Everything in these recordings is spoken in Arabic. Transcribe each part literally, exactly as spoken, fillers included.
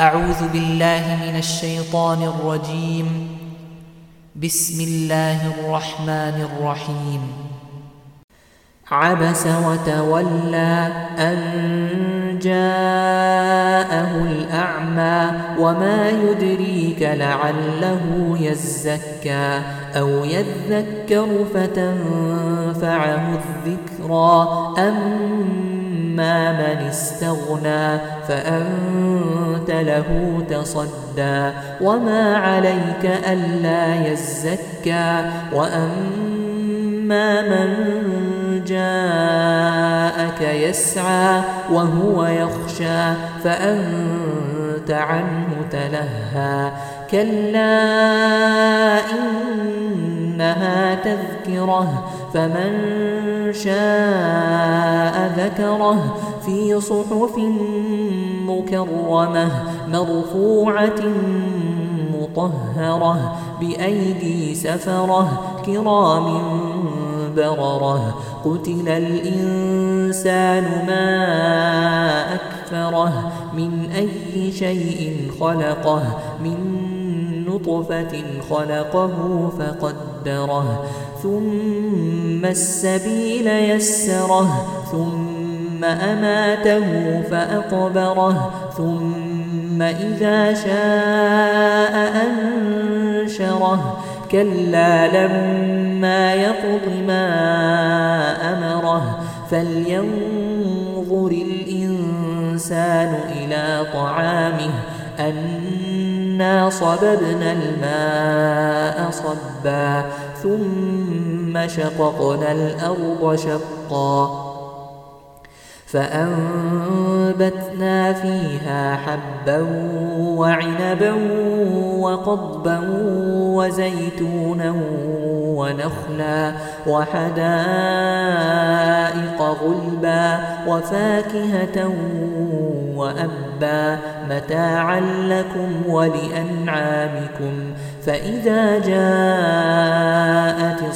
أعوذ بالله من الشيطان الرجيم. بسم الله الرحمن الرحيم. عبس وتولى أن جاءه الأعمى وما يدريك لعله يزكى أو يذكر فتنفعه الذكرى أما من استغنى فأنت له تصدى وما عليك ألا يزكى وأما من جاءك يسعى وهو يخشى فأنت عنه تلهى كلا إنها تذكرة فمن شاء ذكره في صحف مكرمة مرفوعة مطهرة بأيدي سفرة كرام بررة قتل الإنسان ما أكفره من أي شيء خلقه من نطفة خلقه فقدره ثم السبيل يسره ثم أماته فأقبره ثم إذا شاء أنشره كلا لما يقض ما أمره فلينظر الإنسان إلى طعامه أنا صببنا الماء صبا ثم شققنا الأرض شقا فأنبتنا فيها حبا وعنبا وقضبا وزيتونا ونخلا وحدائق غلبا وفاكهة وأبا متاعا لكم ولأنعامكم فإذا جاءت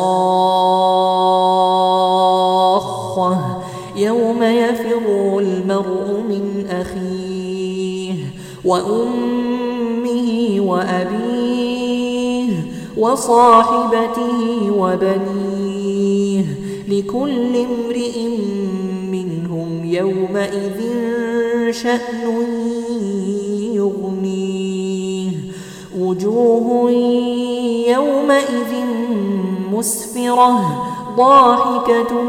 الصاخة يوم يفر المرء من أخيه وأمه وأبيه وصاحبته وبنيه لكل امرئ منهم يومئذ شأن يغنيه وجوه يومئذ مسفرة ضاحكة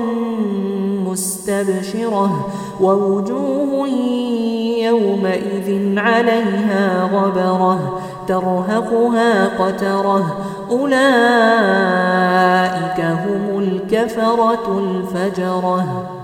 مستبشرة ووجوه يومئذ عليها غبرة ترهقها قترة أولئك هم الكفرة الفجرة.